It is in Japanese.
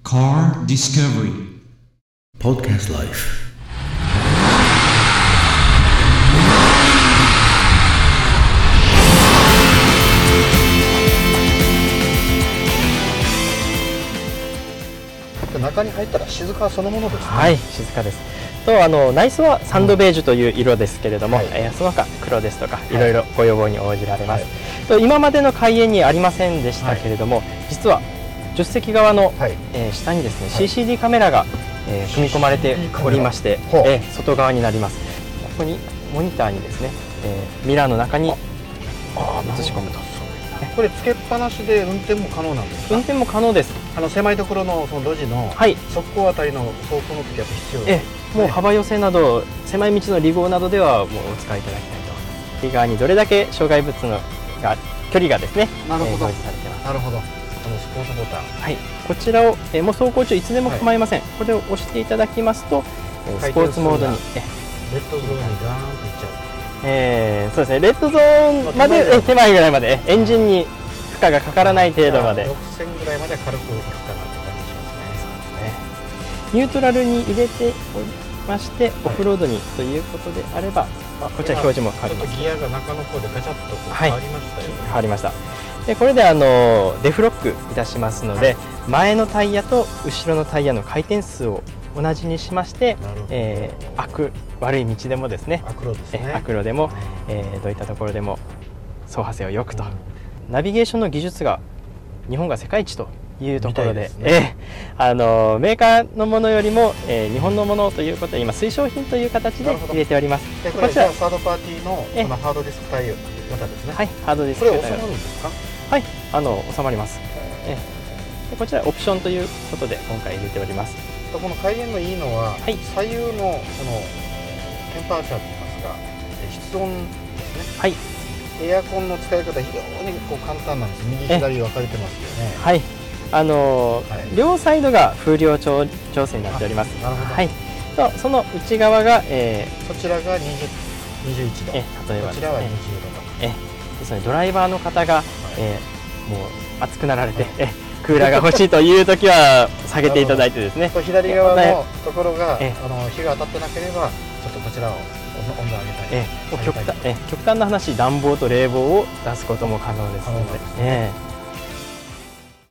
Car Discovery Podcast Life. 中に入ったら静かそのものですね。 はい、静かです。と内装はサンドベージュという色ですけれども、その他黒ですとかいろいろご要望に応じられます。と今までの開園にありませんでしたけれども、実は助手席側の、下にですね、CCD カメラが、組み込まれておりまして、外側になります。ここにモニターにですね、ミラーの中に映し込むと。 これつけっぱなしで運転も可能なんですか？ 運転も可能です。 狭いところのその路地の側溝あたりの走行の時は必要です。 もう幅寄せなど狭い道の離合などではもうお使いいただきたいと。右側にどれだけ障害物の距離がですね、表示されてます。 なるほど。スポーツボタン。 はい。こちらをもう走行中いつでも構いません。これを押していただきますとスポーツモードにレッドゾーンにガーンといっちゃう。 そうですね。レッドゾーンまで手前ぐらいまでエンジンに負荷がかからない程度まで。 6000ぐらいまで軽くいくかなって感じしますね。 そうですね。ニュートラルに入れておりましてオフロードにということであれば、こちら表示も変わります。 ちょっとギアが中の方でガチャッと変わりましたよね。 変わりました。でこれでデフロックいたしますので、前のタイヤと後ろのタイヤの回転数を同じにしまして、悪い道でもですね、悪路でも、どういったところでも走破性をよくと、ナビゲーションの技術が日本が世界一というところで、メーカーのものよりも、日本のものということで今推奨品という形で入れております。 こちらサードパーティーのそのハードディスクタイヤ型ですね。 はい、ハードディスクタイヤ。これ収まるんですか？ はい、収まります。でこちらオプションということで今回入れております。 この開園のいいのは、左右のこのテンパーチャーといいますか、室温ですね。はい。エアコンの使い方非常に簡単なんです。右左分かれてますよね。 はい。両サイドが風量調整になっております。 なるほど。 はい。とその内側が、 そちらが21度。 例えばこちらは20度と。 ですのでドライバーの方が、もう熱くなられて、クーラーが欲しいという時は下げていただいてですね。 左側のところが日が当たってなければちょっとこちらを温度上げたり。 極端な話、暖房と冷房を出すことも可能ですので。